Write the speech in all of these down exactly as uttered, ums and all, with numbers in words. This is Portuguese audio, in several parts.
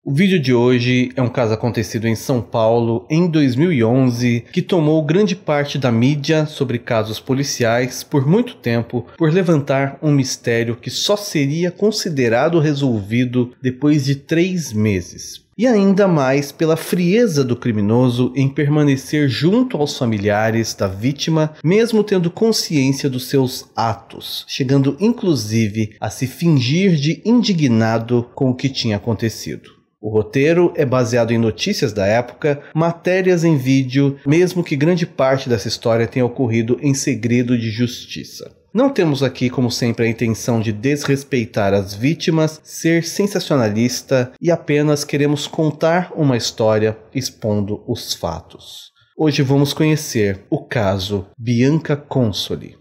O vídeo de hoje é um caso acontecido em São Paulo em dois mil e onze que tomou grande parte da mídia sobre casos policiais por muito tempo por levantar um mistério que só seria considerado resolvido depois de três meses. E ainda mais pela frieza do criminoso em permanecer junto aos familiares da vítima, mesmo tendo consciência dos seus atos, chegando inclusive a se fingir de indignado com o que tinha acontecido. O roteiro é baseado em notícias da época, matérias em vídeo, mesmo que grande parte dessa história tenha ocorrido em segredo de justiça. Não temos aqui, como sempre, a intenção de desrespeitar as vítimas, ser sensacionalista e apenas queremos contar uma história expondo os fatos. Hoje vamos conhecer o caso Bianca Consoli.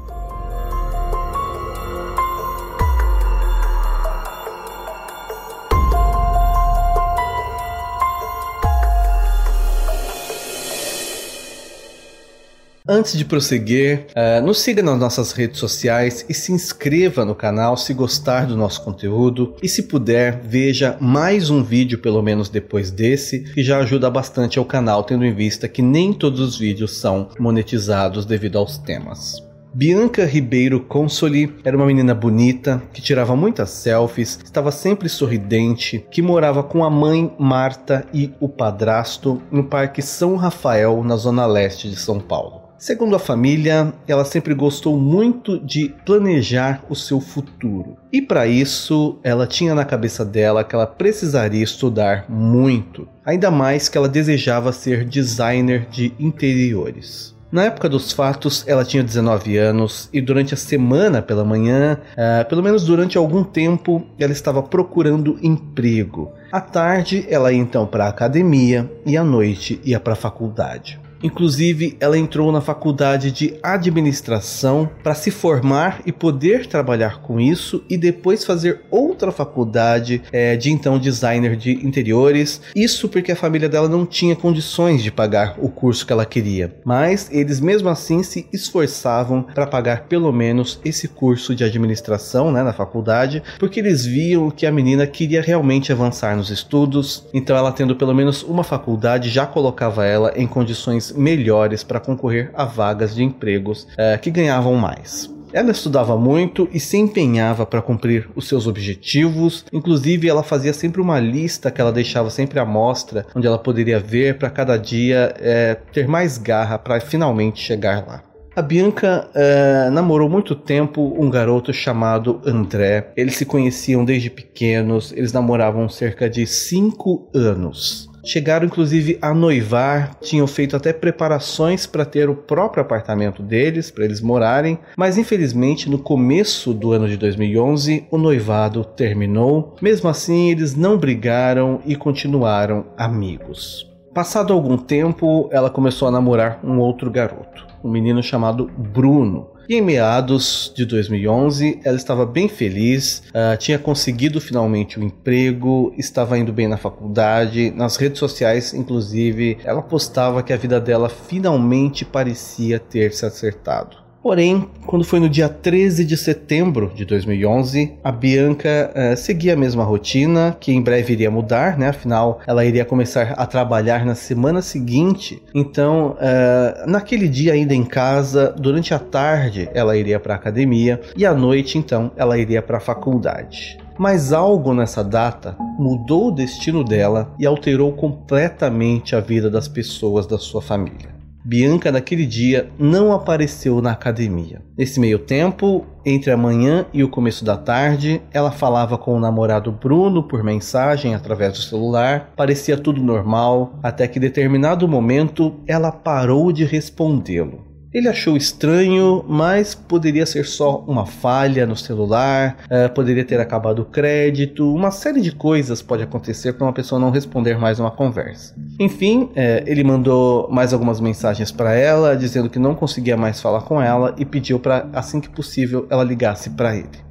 Antes de prosseguir, uh, nos siga nas nossas redes sociais e se inscreva no canal se gostar do nosso conteúdo e, se puder, veja mais um vídeo pelo menos depois desse, que já ajuda bastante ao canal, tendo em vista que nem todos os vídeos são monetizados devido aos temas. Bianca Ribeiro Consoli era uma menina bonita, que tirava muitas selfies, estava sempre sorridente, que morava com a mãe Marta e o padrasto no Parque São Rafael, na zona leste de São Paulo. Segundo a família, ela sempre gostou muito de planejar o seu futuro. E para isso, ela tinha na cabeça dela que ela precisaria estudar muito. Ainda mais que ela desejava ser designer de interiores. Na época dos fatos, ela tinha dezenove anos e durante a semana pela manhã, uh, pelo menos durante algum tempo, ela estava procurando emprego. À tarde, ela ia então para a academia e à noite ia para a faculdade. Inclusive, ela entrou na faculdade de administração para se formar e poder trabalhar com isso e depois fazer outra faculdade é, de então designer de interiores. Isso porque a família dela não tinha condições de pagar o curso que ela queria. Mas eles mesmo assim se esforçavam para pagar pelo menos esse curso de administração, né, na faculdade, porque eles viam que a menina queria realmente avançar nos estudos. Então ela, tendo pelo menos uma faculdade, já colocava ela em condições melhores para concorrer a vagas de empregos é, que ganhavam mais. Ela estudava muito e se empenhava para cumprir os seus objetivos. Inclusive, ela fazia sempre uma lista que ela deixava sempre à mostra, onde ela poderia ver para cada dia é, ter mais garra para finalmente chegar lá. A Bianca é, namorou muito tempo um garoto chamado André. Eles se conheciam desde pequenos, eles namoravam cerca de cinco anos. Chegaram inclusive a noivar, tinham feito até preparações para ter o próprio apartamento deles, para eles morarem, mas infelizmente no começo do ano de dois mil e onze o noivado terminou. Mesmo assim, eles não brigaram e continuaram amigos. Passado algum tempo, ela começou a namorar um outro garoto, um menino chamado Bruno. E em meados de dois mil e onze, ela estava bem feliz, uh, tinha conseguido finalmente um emprego, estava indo bem na faculdade, nas redes sociais, inclusive, ela postava que a vida dela finalmente parecia ter se acertado. Porém, quando foi no dia treze de setembro de dois mil e onze, a Bianca uh, seguia a mesma rotina, que em breve iria mudar, né? Afinal, ela iria começar a trabalhar na semana seguinte. Então, uh, naquele dia ainda em casa, durante a tarde ela iria para a academia e à noite, então, ela iria para a faculdade. Mas algo nessa data mudou o destino dela e alterou completamente a vida das pessoas da sua família. Bianca naquele dia não apareceu na academia. Nesse meio tempo, entre a manhã e o começo da tarde, ela falava com o namorado Bruno por mensagem através do celular. Parecia tudo normal, até que em determinado momento ela parou de respondê-lo. Ele achou estranho, mas poderia ser só uma falha no celular, uh, poderia ter acabado o crédito, uma série de coisas pode acontecer para uma pessoa não responder mais uma conversa. Enfim, uh, ele mandou mais algumas mensagens para ela, dizendo que não conseguia mais falar com ela e pediu para, assim que possível, ela ligasse para ele.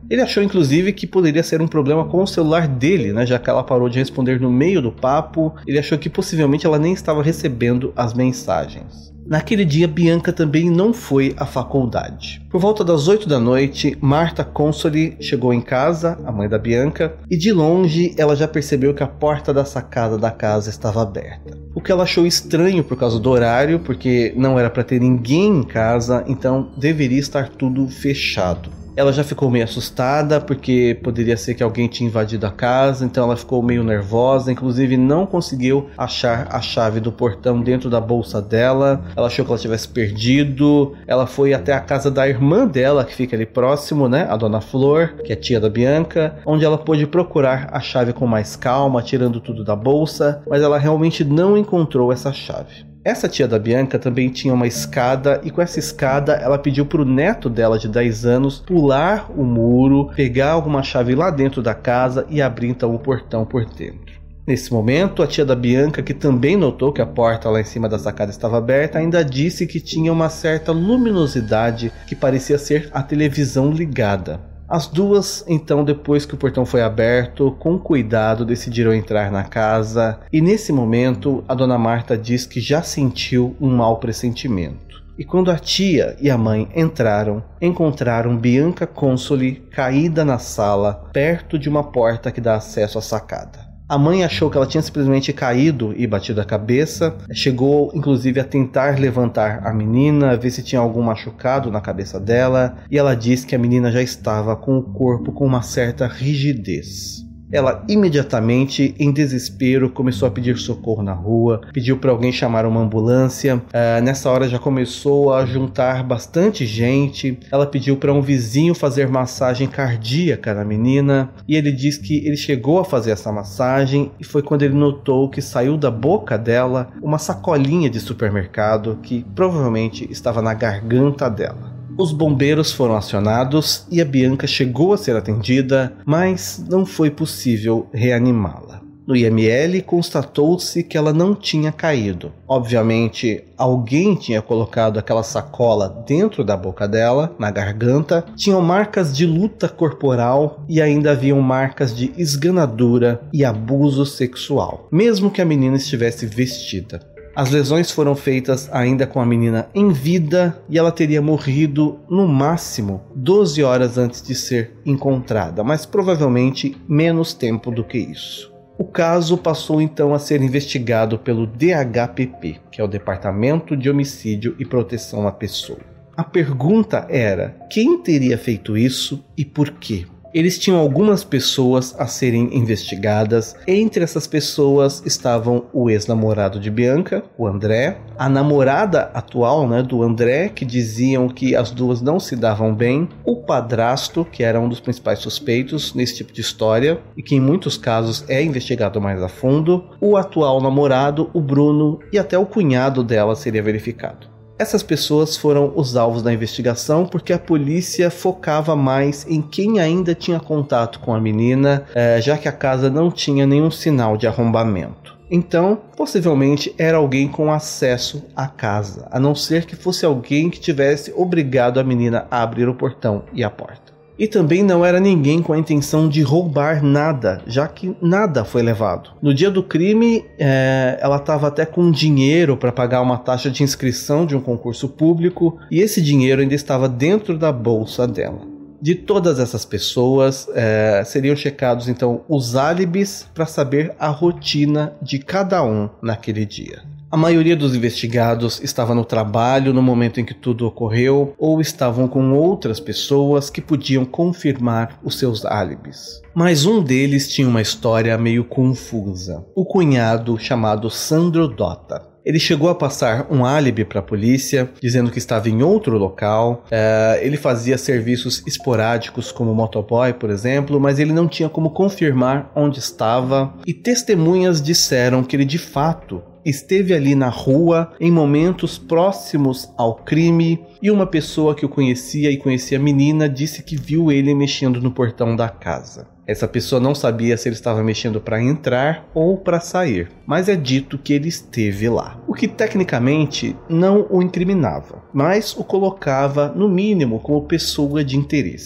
Ele achou inclusive que poderia ser um problema com o celular dele, né, já que ela parou de responder no meio do papo. Ele achou que possivelmente ela nem estava recebendo as mensagens. Naquele dia, Bianca também não foi à faculdade. Por volta das oito da noite, Marta Consoli chegou em casa, a mãe da Bianca, e de longe ela já percebeu que a porta da sacada da casa estava aberta. O que ela achou estranho por causa do horário, porque não era para ter ninguém em casa, então deveria estar tudo fechado. Ela já ficou meio assustada, porque poderia ser que alguém tinha invadido a casa, então ela ficou meio nervosa, inclusive não conseguiu achar a chave do portão dentro da bolsa dela. Ela achou que ela tivesse perdido. Ela foi até a casa da irmã dela, que fica ali próximo, né, a Dona Flor, que é tia da Bianca, onde ela pôde procurar a chave com mais calma, tirando tudo da bolsa, mas ela realmente não encontrou essa chave. Essa tia da Bianca também tinha uma escada, e com essa escada ela pediu para o neto dela de dez anos pular o muro, pegar alguma chave lá dentro da casa e abrir então o portão por dentro. Nesse momento, a tia da Bianca, que também notou que a porta lá em cima da sacada estava aberta, ainda disse que tinha uma certa luminosidade que parecia ser a televisão ligada. As duas, então, depois que o portão foi aberto, com cuidado decidiram entrar na casa, e nesse momento a Dona Marta diz que já sentiu um mau pressentimento. E quando a tia e a mãe entraram, encontraram Bianca Consoli caída na sala, perto de uma porta que dá acesso à sacada. A mãe achou que ela tinha simplesmente caído e batido a cabeça, chegou inclusive a tentar levantar a menina, ver se tinha algum machucado na cabeça dela, e ela disse que a menina já estava com o corpo com uma certa rigidez. Ela imediatamente, em desespero, começou a pedir socorro na rua, pediu para alguém chamar uma ambulância. Uh, nessa hora já começou a juntar bastante gente. Ela pediu para um vizinho fazer massagem cardíaca na menina, e ele diz que ele chegou a fazer essa massagem e foi quando ele notou que saiu da boca dela uma sacolinha de supermercado que provavelmente estava na garganta dela. Os bombeiros foram acionados e a Bianca chegou a ser atendida, mas não foi possível reanimá-la. No I M L constatou-se que ela não tinha caído. Obviamente, alguém tinha colocado aquela sacola dentro da boca dela, na garganta. Tinham marcas de luta corporal e ainda haviam marcas de esganadura e abuso sexual, mesmo que a menina estivesse vestida. As lesões foram feitas ainda com a menina em vida, e ela teria morrido no máximo doze horas antes de ser encontrada, mas provavelmente menos tempo do que isso. O caso passou então a ser investigado pelo D H P P, que é o Departamento de Homicídio e Proteção à Pessoa. A pergunta era: quem teria feito isso e por quê? Eles tinham algumas pessoas a serem investigadas. Entre essas pessoas estavam o ex-namorado de Bianca, o André, a namorada atual, né, do André, que diziam que as duas não se davam bem, o padrasto, que era um dos principais suspeitos nesse tipo de história e que em muitos casos é investigado mais a fundo, o atual namorado, o Bruno, e até o cunhado dela seria verificado. Essas pessoas foram os alvos da investigação porque a polícia focava mais em quem ainda tinha contato com a menina, já que a casa não tinha nenhum sinal de arrombamento. Então, possivelmente era alguém com acesso à casa, a não ser que fosse alguém que tivesse obrigado a menina a abrir o portão e a porta. E também não era ninguém com a intenção de roubar nada, já que nada foi levado. No dia do crime, é, ela estava até com dinheiro para pagar uma taxa de inscrição de um concurso público, e esse dinheiro ainda estava dentro da bolsa dela. De todas essas pessoas, é, seriam checados então os álibis para saber a rotina de cada um naquele dia. A maioria dos investigados estava no trabalho no momento em que tudo ocorreu, ou estavam com outras pessoas que podiam confirmar os seus álibis. Mas um deles tinha uma história meio confusa. O cunhado chamado Sandro Dota. Ele chegou a passar um álibi para a polícia, dizendo que estava em outro local. Uh, ele fazia serviços esporádicos como motoboy, por exemplo, mas ele não tinha como confirmar onde estava. E testemunhas disseram que ele de fato esteve ali na rua em momentos próximos ao crime, e uma pessoa que o conhecia e conhecia a menina disse que viu ele mexendo no portão da casa. Essa pessoa não sabia se ele estava mexendo para entrar ou para sair, mas é dito que ele esteve lá, o que tecnicamente não o incriminava, mas o colocava no mínimo como pessoa de interesse.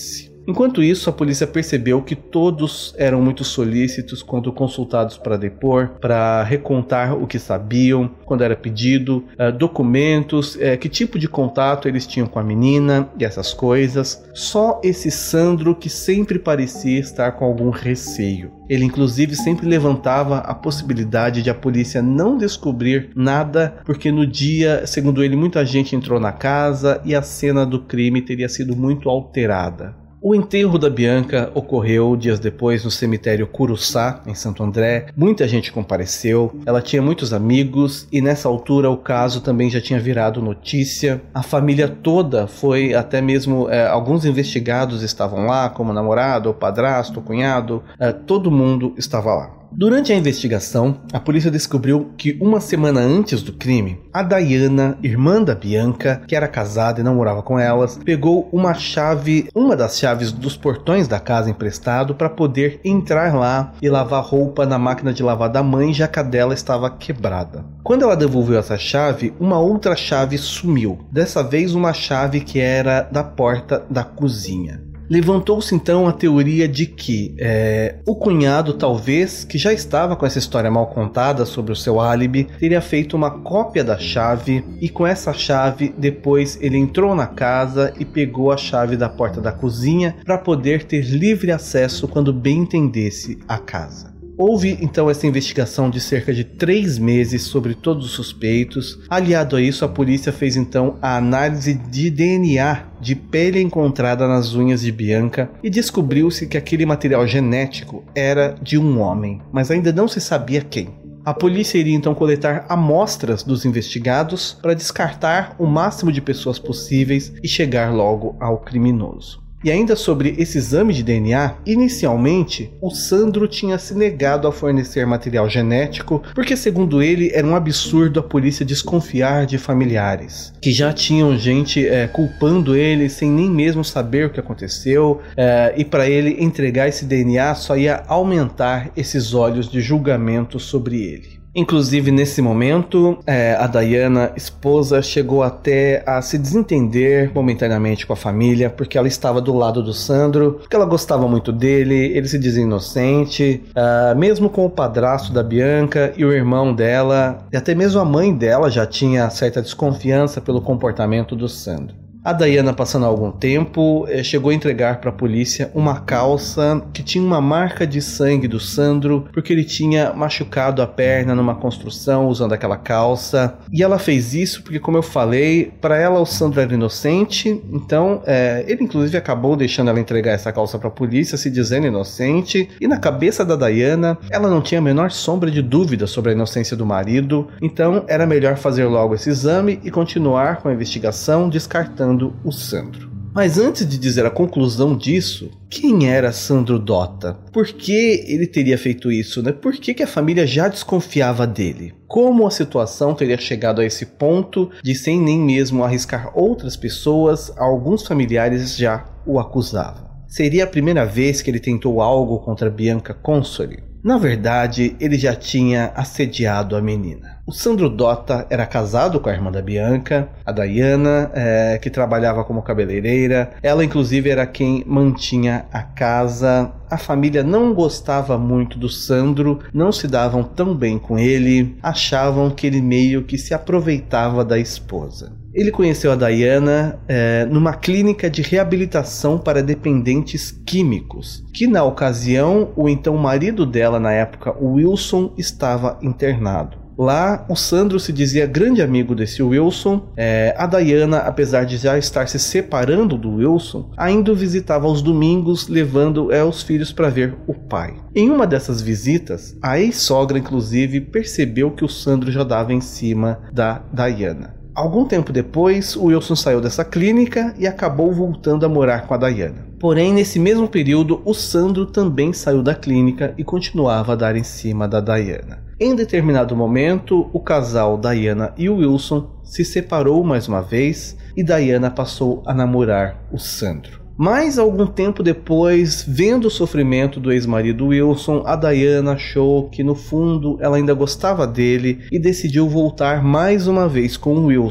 Enquanto isso, a polícia percebeu que todos eram muito solícitos quando consultados para depor, para recontar o que sabiam, quando era pedido, uh, documentos, uh, que tipo de contato eles tinham com a menina e essas coisas. Só esse Sandro que sempre parecia estar com algum receio. Ele inclusive sempre levantava a possibilidade de a polícia não descobrir nada, porque no dia, segundo ele, muita gente entrou na casa e a cena do crime teria sido muito alterada. O enterro da Bianca ocorreu dias depois no cemitério Curuçá, em Santo André. Muita gente compareceu, ela tinha muitos amigos e nessa altura o caso também já tinha virado notícia. A família toda foi, até mesmo é, alguns investigados estavam lá, como o namorado, o padrasto, o cunhado, é, todo mundo estava lá. Durante a investigação, a polícia descobriu que uma semana antes do crime, a Dayana, irmã da Bianca, que era casada e não morava com elas, pegou uma chave, uma das chaves dos portões da casa emprestado para poder entrar lá e lavar roupa na máquina de lavar da mãe, já que a dela estava quebrada. Quando ela devolveu essa chave, uma outra chave sumiu, dessa vez uma chave que era da porta da cozinha. Levantou-se então a teoria de que é, o cunhado, talvez, que já estava com essa história mal contada sobre o seu álibi, teria feito uma cópia da chave e com essa chave depois ele entrou na casa e pegou a chave da porta da cozinha para poder ter livre acesso quando bem entendesse a casa. Houve então essa investigação de cerca de três meses sobre todos os suspeitos. Aliado a isso, a polícia fez então a análise de D N A de pele encontrada nas unhas de Bianca e descobriu-se que aquele material genético era de um homem, mas ainda não se sabia quem. A polícia iria então coletar amostras dos investigados para descartar o máximo de pessoas possíveis e chegar logo ao criminoso. E ainda sobre esse exame de D N A, inicialmente o Sandro tinha se negado a fornecer material genético porque, segundo ele, era um absurdo a polícia desconfiar de familiares, que já tinham gente é, culpando ele sem nem mesmo saber o que aconteceu, é, e para ele entregar esse D N A só ia aumentar esses olhos de julgamento sobre ele. Inclusive, nesse momento, é, a Dayana, esposa, chegou até a se desentender momentaneamente com a família, porque ela estava do lado do Sandro, porque ela gostava muito dele, ele se dizia inocente, uh, mesmo com o padrasto da Bianca e o irmão dela, e até mesmo a mãe dela já tinha certa desconfiança pelo comportamento do Sandro. A Dayana, passando algum tempo, chegou a entregar para a polícia uma calça que tinha uma marca de sangue do Sandro, porque ele tinha machucado a perna numa construção usando aquela calça. E ela fez isso porque, como eu falei, para ela o Sandro era inocente, então é, ele inclusive acabou deixando ela entregar essa calça para a polícia, se dizendo inocente. E na cabeça da Dayana, ela não tinha a menor sombra de dúvida sobre a inocência do marido, então era melhor fazer logo esse exame e continuar com a investigação, descartando o Sandro. Mas antes de dizer a conclusão disso, quem era Sandro Dota? Por que ele teria feito isso, né? Por que que a família já desconfiava dele? Como a situação teria chegado a esse ponto de, sem nem mesmo arriscar outras pessoas, alguns familiares já o acusavam? Seria a primeira vez que ele tentou algo contra Bianca Consoli? Na verdade, ele já tinha assediado a menina. O Sandro Dota era casado com a irmã da Bianca, a Dayana, é, que trabalhava como cabeleireira. Ela, inclusive, era quem mantinha a casa. A família não gostava muito do Sandro, não se davam tão bem com ele, achavam que ele meio que se aproveitava da esposa. Ele conheceu a Dayana é, numa clínica de reabilitação para dependentes químicos, que na ocasião o então marido dela na época, o Wilson, estava internado. Lá, o Sandro se dizia grande amigo desse Wilson. É, a Dayana, apesar de já estar se separando do Wilson, ainda o visitava aos domingos, levando é, os filhos para ver o pai. Em uma dessas visitas, a ex-sogra, inclusive, percebeu que o Sandro já dava em cima da Dayana. Algum tempo depois, o Wilson saiu dessa clínica e acabou voltando a morar com a Dayana. Porém, nesse mesmo período, o Sandro também saiu da clínica e continuava a dar em cima da Dayana. Em determinado momento, o casal Dayana e o Wilson se separou mais uma vez e Dayana passou a namorar o Sandro. Mas algum tempo depois, vendo o sofrimento do ex-marido Wilson, a Dayana achou que no fundo ela ainda gostava dele e decidiu voltar mais uma vez com o Wilson.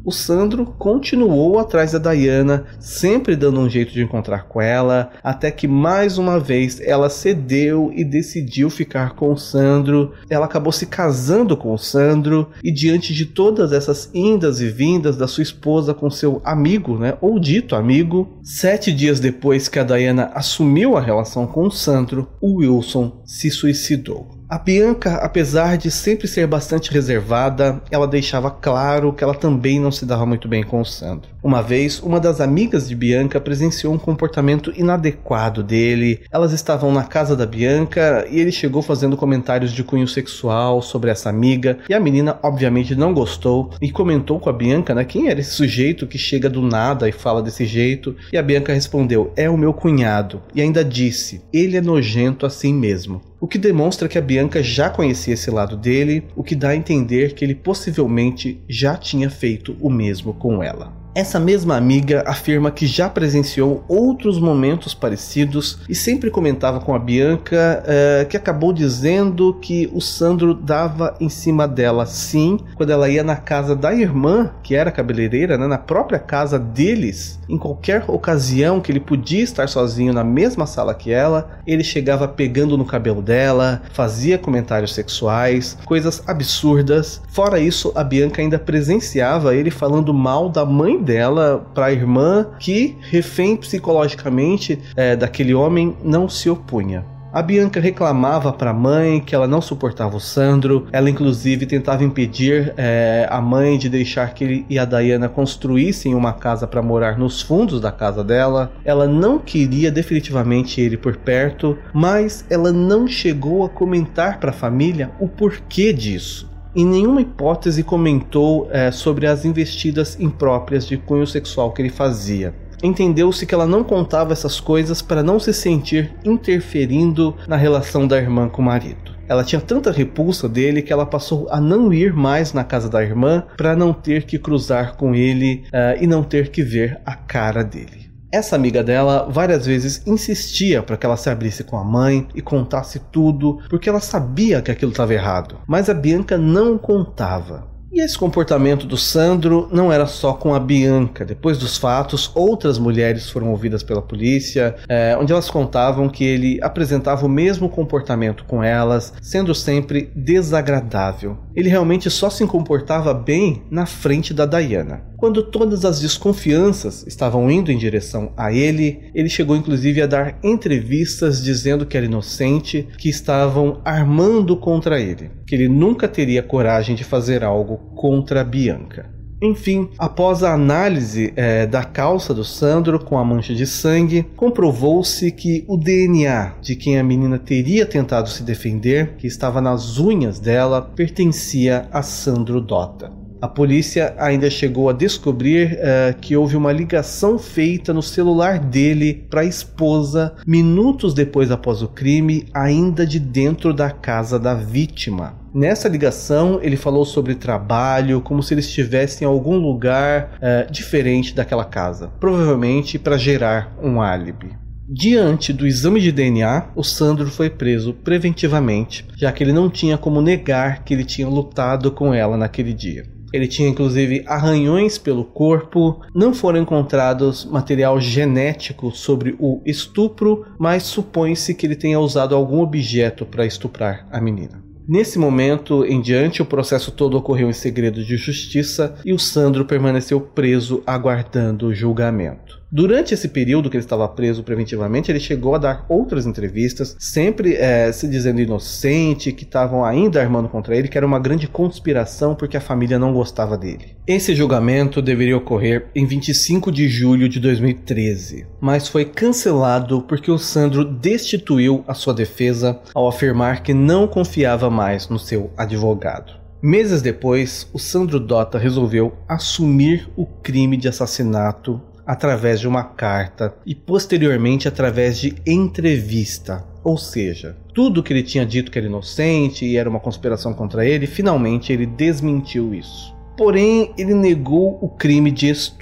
o Sandro continuou atrás da Diana, sempre dando um jeito de encontrar com ela, até que mais uma vez ela cedeu e decidiu ficar com o Sandro. Ela acabou se casando com o Sandro, e diante de todas essas indas e vindas da sua esposa com seu amigo, né, ou dito amigo, sete dias depois que a Diana assumiu a relação com o Sandro, o Wilson se suicidou. A Bianca, apesar de sempre ser bastante reservada, ela deixava claro que ela também não se dava muito bem com o Sandro. Uma vez, uma das amigas de Bianca presenciou um comportamento inadequado dele. Elas estavam na casa da Bianca e ele chegou fazendo comentários de cunho sexual sobre essa amiga, e a menina obviamente não gostou e comentou com a Bianca, né, quem era esse sujeito que chega do nada e fala desse jeito, e a Bianca respondeu: é o meu cunhado, e ainda disse: ele é nojento assim mesmo. O que demonstra que a Bianca já conhecia esse lado dele, o que dá a entender que ele possivelmente já tinha feito o mesmo com ela. Essa mesma amiga afirma que já presenciou outros momentos parecidos e sempre comentava com a Bianca, uh, que acabou dizendo que o Sandro dava em cima dela sim, quando ela ia na casa da irmã, que era cabeleireira, né, na própria casa deles. Em qualquer ocasião que ele podia estar sozinho na mesma sala que ela, ele chegava pegando no cabelo dela, fazia comentários sexuais, coisas absurdas. Fora isso, a Bianca ainda presenciava ele falando mal da mãe dela para a irmã, que, refém psicologicamente é, daquele homem, não se opunha. A Bianca reclamava para a mãe que ela não suportava o Sandro. Ela inclusive tentava impedir é, a mãe de deixar que ele e a Diana construíssem uma casa para morar nos fundos da casa dela. Ela não queria definitivamente ele por perto, mas ela não chegou a comentar para a família o porquê disso. Em nenhuma hipótese comentou é, sobre as investidas impróprias de cunho sexual que ele fazia. Entendeu-se que ela não contava essas coisas para não se sentir interferindo na relação da irmã com o marido. Ela tinha tanta repulsa dele que ela passou a não ir mais na casa da irmã para não ter que cruzar com ele uh, e não ter que ver a cara dele. Essa amiga dela várias vezes insistia para que ela se abrisse com a mãe e contasse tudo, porque ela sabia que aquilo estava errado, mas a Bianca não contava. E esse comportamento do Sandro não era só com a Bianca. Depois dos fatos, outras mulheres foram ouvidas pela polícia, é, onde elas contavam que ele apresentava o mesmo comportamento com elas, sendo sempre desagradável. Ele realmente só se comportava bem na frente da Diana. Quando todas as desconfianças estavam indo em direção a ele, ele chegou inclusive a dar entrevistas dizendo que era inocente, que estavam armando contra ele, que ele nunca teria coragem de fazer algo contra a Bianca. Enfim, após a análise é, da calça do Sandro com a mancha de sangue, comprovou-se que o D N A de quem a menina teria tentado se defender, que estava nas unhas dela, pertencia a Sandro Dota. A polícia ainda chegou a descobrir uh, que houve uma ligação feita no celular dele para a esposa minutos depois após o crime, ainda de dentro da casa da vítima. Nessa ligação ele falou sobre trabalho, como se ele estivesse em algum lugar uh, diferente daquela casa, provavelmente para gerar um álibi. Diante do exame de D N A, o Sandro foi preso preventivamente, já que ele não tinha como negar que ele tinha lutado com ela naquele dia. Ele tinha inclusive arranhões pelo corpo, não foram encontrados material genético sobre o estupro, mas supõe-se que ele tenha usado algum objeto para estuprar a menina. Nesse momento em diante, o processo todo ocorreu em segredo de justiça e o Sandro permaneceu preso aguardando o julgamento. Durante esse período que ele estava preso preventivamente, ele chegou a dar outras entrevistas, sempre é, se dizendo inocente, que estavam ainda armando contra ele, que era uma grande conspiração porque a família não gostava dele. Esse julgamento deveria ocorrer em vinte e cinco de julho de dois mil e treze, mas foi cancelado porque o Sandro destituiu a sua defesa ao afirmar que não confiava mais no seu advogado. Meses depois, o Sandro Dota resolveu assumir o crime de assassinato através de uma carta e posteriormente através de entrevista. Ou seja, tudo que ele tinha dito que era inocente e era uma conspiração contra ele, finalmente ele desmentiu isso. Porém, ele negou o crime de estupro.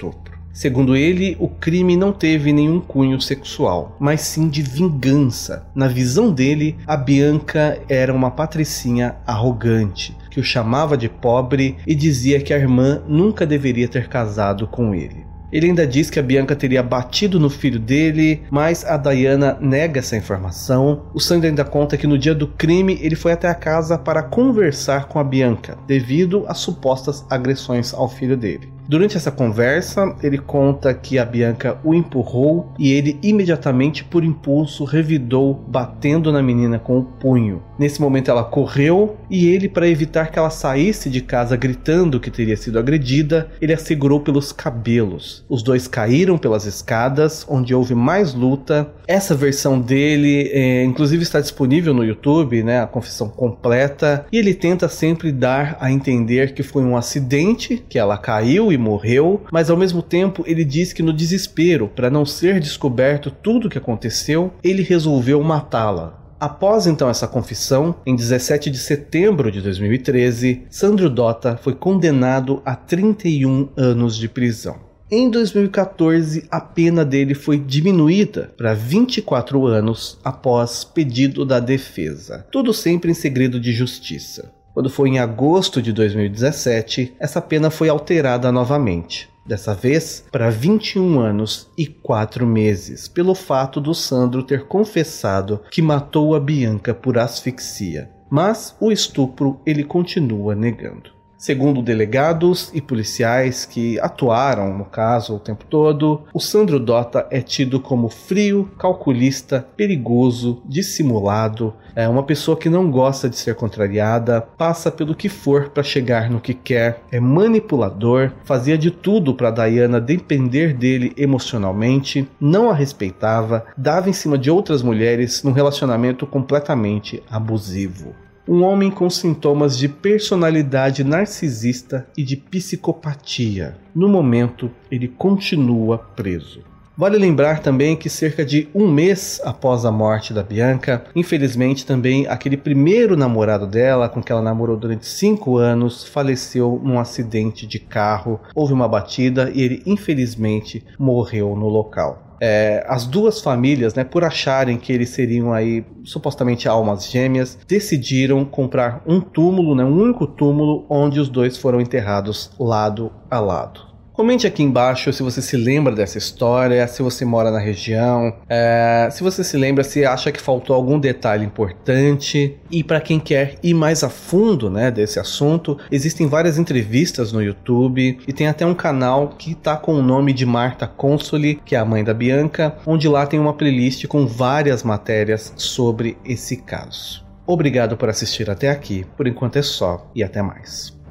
Segundo ele, o crime não teve nenhum cunho sexual, mas sim de vingança. Na visão dele, a Bianca era uma patricinha arrogante, que o chamava de pobre e dizia que a irmã nunca deveria ter casado com ele. Ele ainda diz que a Bianca teria batido no filho dele, mas a Diana nega essa informação. O Sandro ainda conta que no dia do crime ele foi até a casa para conversar com a Bianca, devido às supostas agressões ao filho dele. Durante essa conversa, ele conta que a Bianca o empurrou e ele imediatamente, por impulso, revidou, batendo na menina com o punho. Nesse momento ela correu e ele, para evitar que ela saísse de casa gritando que teria sido agredida, ele a segurou pelos cabelos. Os dois caíram pelas escadas, onde houve mais luta. Essa versão dele, é, inclusive, está disponível no YouTube, né, a confissão completa, e ele tenta sempre dar a entender que foi um acidente, que ela caiu e morreu, mas ao mesmo tempo ele diz que no desespero, para não ser descoberto tudo o que aconteceu, ele resolveu matá-la. Após então essa confissão, em dezessete de setembro de dois mil e treze, Sandro Dota foi condenado a trinta e um anos de prisão. Em dois mil e quatorze, a pena dele foi diminuída para vinte e quatro anos após pedido da defesa. Tudo sempre em segredo de justiça. Quando foi em agosto de dois mil e dezessete, essa pena foi alterada novamente. Dessa vez para vinte e um anos e quatro meses, pelo fato do Sandro ter confessado que matou a Bianca por asfixia. Mas o estupro ele continua negando. Segundo delegados e policiais que atuaram no caso o tempo todo, o Sandro Dota é tido como frio, calculista, perigoso, dissimulado, é uma pessoa que não gosta de ser contrariada, passa pelo que for para chegar no que quer, é manipulador, fazia de tudo para Diana depender dele emocionalmente, não a respeitava, dava em cima de outras mulheres num relacionamento completamente abusivo. Um homem com sintomas de personalidade narcisista e de psicopatia. No momento, ele continua preso. Vale lembrar também que cerca de um mês após a morte da Bianca, infelizmente também aquele primeiro namorado dela, com que ela namorou durante cinco anos, faleceu num acidente de carro. Houve uma batida e ele infelizmente morreu no local. É, as duas famílias, né, por acharem que eles seriam aí supostamente almas gêmeas, decidiram comprar um túmulo, né, um único túmulo onde os dois foram enterrados lado a lado. Comente aqui embaixo se você se lembra dessa história, se você mora na região, é, se você se lembra, se acha que faltou algum detalhe importante. E para quem quer ir mais a fundo, né, desse assunto, existem várias entrevistas no YouTube e tem até um canal que está com o nome de Marta Consoli, que é a mãe da Bianca, onde lá tem uma playlist com várias matérias sobre esse caso. Obrigado por assistir até aqui, por enquanto é só e até mais.